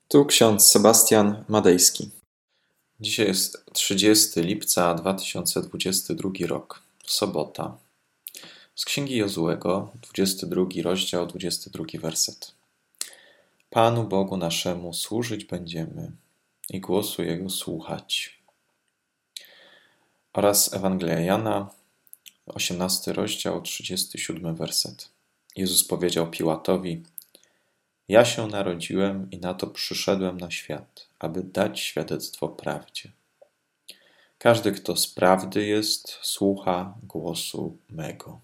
Tu ksiądz Sebastian Madejski. Dzisiaj jest 30 lipca 2022 rok, sobota. Z Księgi Jozułego, 22 rozdział, 22 werset. Panu Bogu naszemu służyć będziemy i głosu Jego słuchać. Oraz Ewangelia Jana, 18 rozdział, 37 werset. Jezus powiedział Piłatowi: Ja się narodziłem i na to przyszedłem na świat, aby dać świadectwo prawdzie. Każdy, kto z prawdy jest, słucha głosu mego.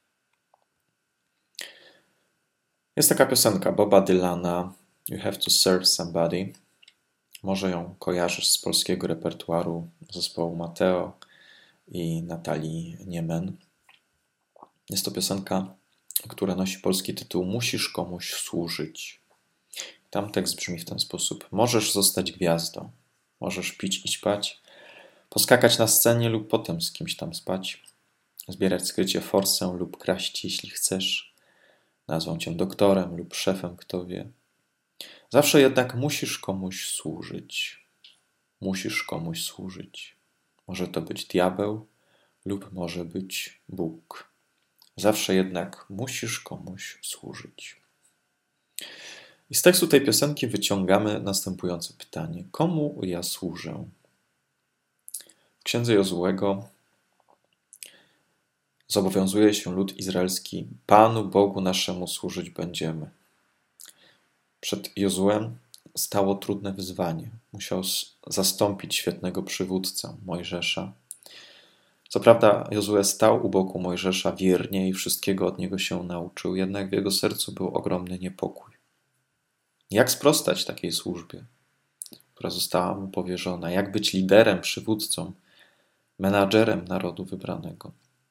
Jest taka piosenka Boba Dylana, You have to serve somebody. Może ją kojarzysz z polskiego repertuaru zespołu Mateo i Natalii Niemen. Jest to piosenka, która nosi polski tytuł Musisz komuś służyć. Tam tekst brzmi w ten sposób. Możesz zostać gwiazdą, możesz pić i ćpać, poskakać na scenie lub potem z kimś tam spać, zbierać skrycie forsę lub kraść, jeśli chcesz. Nazwą cię doktorem lub szefem, kto wie. Zawsze jednak musisz komuś służyć. Musisz komuś służyć. Może to być diabeł lub może być Bóg. Zawsze jednak musisz komuś służyć. I z tekstu tej piosenki wyciągamy następujące pytanie. Komu ja służę? W Księdze Jozułego zobowiązuje się lud izraelski: Panu Bogu naszemu służyć będziemy. Przed Jozułem stało trudne wyzwanie. Musiał zastąpić świetnego przywódcę, Mojżesza. Co prawda Jozue stał u boku Mojżesza wiernie i wszystkiego od niego się nauczył, jednak w jego sercu był ogromny niepokój. Jak sprostać takiej służbie, która została mu powierzona? Jak być liderem, przywódcą, menadżerem narodu wybranego?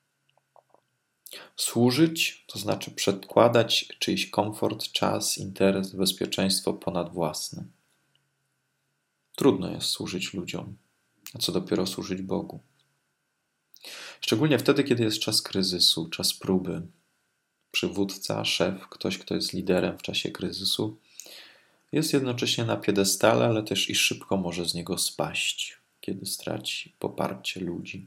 Służyć to znaczy przedkładać czyjś komfort, czas, interes, bezpieczeństwo ponad własne. Trudno jest służyć ludziom, a co dopiero służyć Bogu. Szczególnie wtedy, kiedy jest czas kryzysu, czas próby. Przywódca, szef, ktoś, kto jest liderem w czasie kryzysu, jest jednocześnie na piedestale, ale też i szybko może z niego spaść, kiedy straci poparcie ludzi.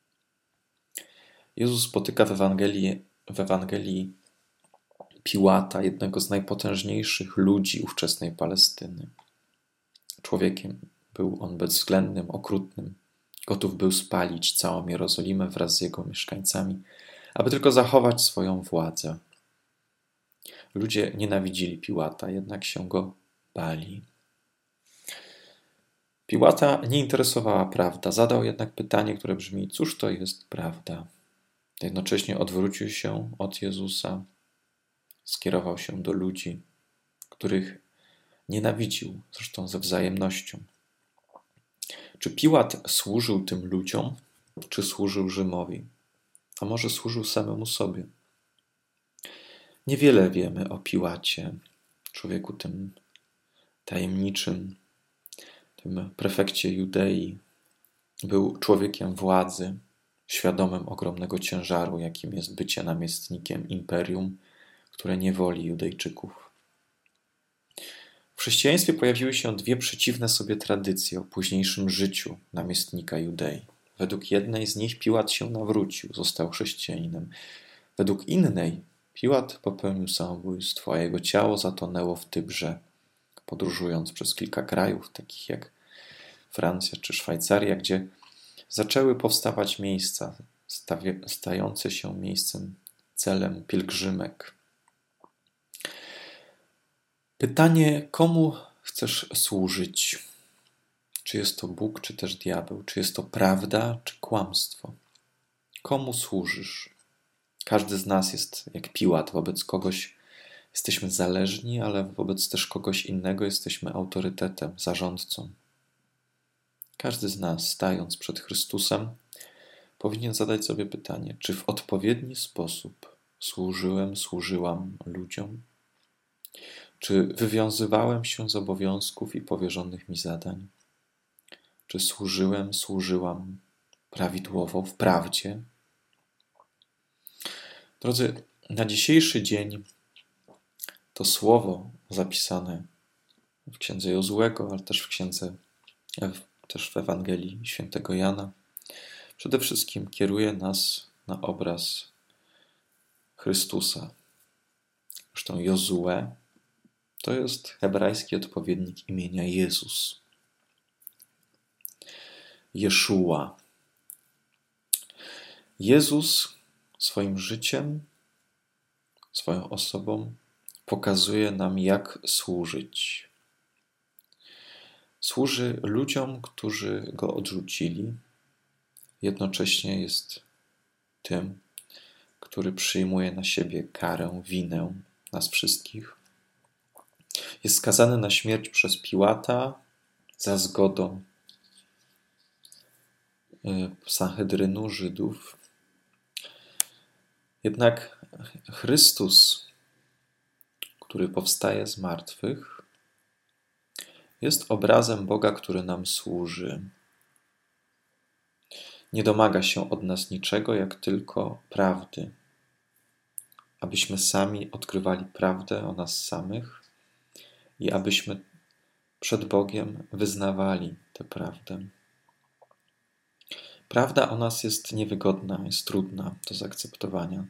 Jezus spotyka w Ewangelii Piłata, jednego z najpotężniejszych ludzi ówczesnej Palestyny. Człowiekiem był on bezwzględnym, okrutnym. Gotów był spalić całą Jerozolimę wraz z jego mieszkańcami, aby tylko zachować swoją władzę. Ludzie nienawidzili Piłata, jednak się go bali. Piłata nie interesowała prawda, zadał jednak pytanie, które brzmi: cóż to jest prawda? Jednocześnie odwrócił się od Jezusa, skierował się do ludzi, których nienawidził, zresztą ze wzajemnością. Czy Piłat służył tym ludziom, czy służył Rzymowi? A może służył samemu sobie? Niewiele wiemy o Piłacie, człowieku tym tajemniczym, tym prefekcie Judei. Był człowiekiem władzy, świadomym ogromnego ciężaru, jakim jest bycie namiestnikiem imperium, które niewoli Judejczyków. W chrześcijaństwie pojawiły się dwie przeciwne sobie tradycje o późniejszym życiu namiestnika Judei. Według jednej z nich Piłat się nawrócił, został chrześcijaninem. Według innej Piłat popełnił samobójstwo, a jego ciało zatonęło w Tybrze, podróżując przez kilka krajów, takich jak Francja czy Szwajcaria, gdzie zaczęły powstawać miejsca stające się miejscem, celem pielgrzymek. Pytanie, komu chcesz służyć? Czy jest to Bóg, czy też diabeł? Czy jest to prawda, czy kłamstwo? Komu służysz? Każdy z nas jest jak Piłat. Wobec kogoś jesteśmy zależni, ale wobec też kogoś innego jesteśmy autorytetem, zarządcą. Każdy z nas, stając przed Chrystusem, powinien zadać sobie pytanie, czy w odpowiedni sposób służyłam ludziom? Czy wywiązywałem się z obowiązków i powierzonych mi zadań? Czy służyłam prawidłowo, w prawdzie? Drodzy, na dzisiejszy dzień to słowo zapisane w księdze Jozuego, ale też też w Ewangelii świętego Jana. Przede wszystkim kieruje nas na obraz Chrystusa. Zresztą Jozue to jest hebrajski odpowiednik imienia Jezus. Jeszua. Jezus swoim życiem, swoją osobą pokazuje nam, jak służyć. Służy ludziom, którzy Go odrzucili. Jednocześnie jest tym, który przyjmuje na siebie karę, winę nas wszystkich. Jest skazany na śmierć przez Piłata za zgodą Sanhedrynu Żydów. Jednak Chrystus, który powstaje z martwych, jest obrazem Boga, który nam służy. Nie domaga się od nas niczego, jak tylko prawdy. Abyśmy sami odkrywali prawdę o nas samych i abyśmy przed Bogiem wyznawali tę prawdę. Prawda o nas jest niewygodna, jest trudna do zaakceptowania.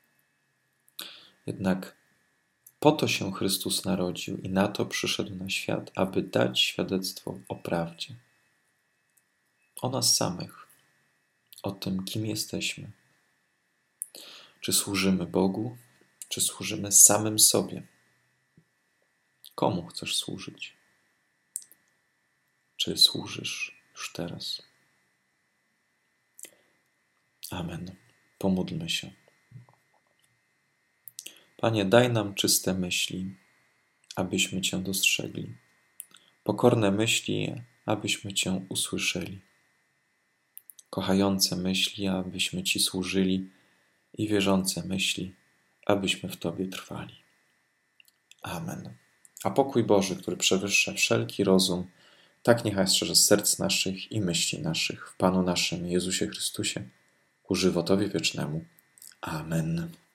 Jednak po to się Chrystus narodził i na to przyszedł na świat, aby dać świadectwo o prawdzie. O nas samych, o tym, kim jesteśmy. Czy służymy Bogu, czy służymy samym sobie? Komu chcesz służyć? Czy służysz już teraz? Amen. Pomódlmy się. Panie, daj nam czyste myśli, abyśmy Cię dostrzegli. Pokorne myśli, abyśmy Cię usłyszeli. Kochające myśli, abyśmy Ci służyli i wierzące myśli, abyśmy w Tobie trwali. Amen. A pokój Boży, który przewyższa wszelki rozum, tak niechaj strzeże serc naszych i myśli naszych w Panu naszym Jezusie Chrystusie ku żywotowi wiecznemu. Amen.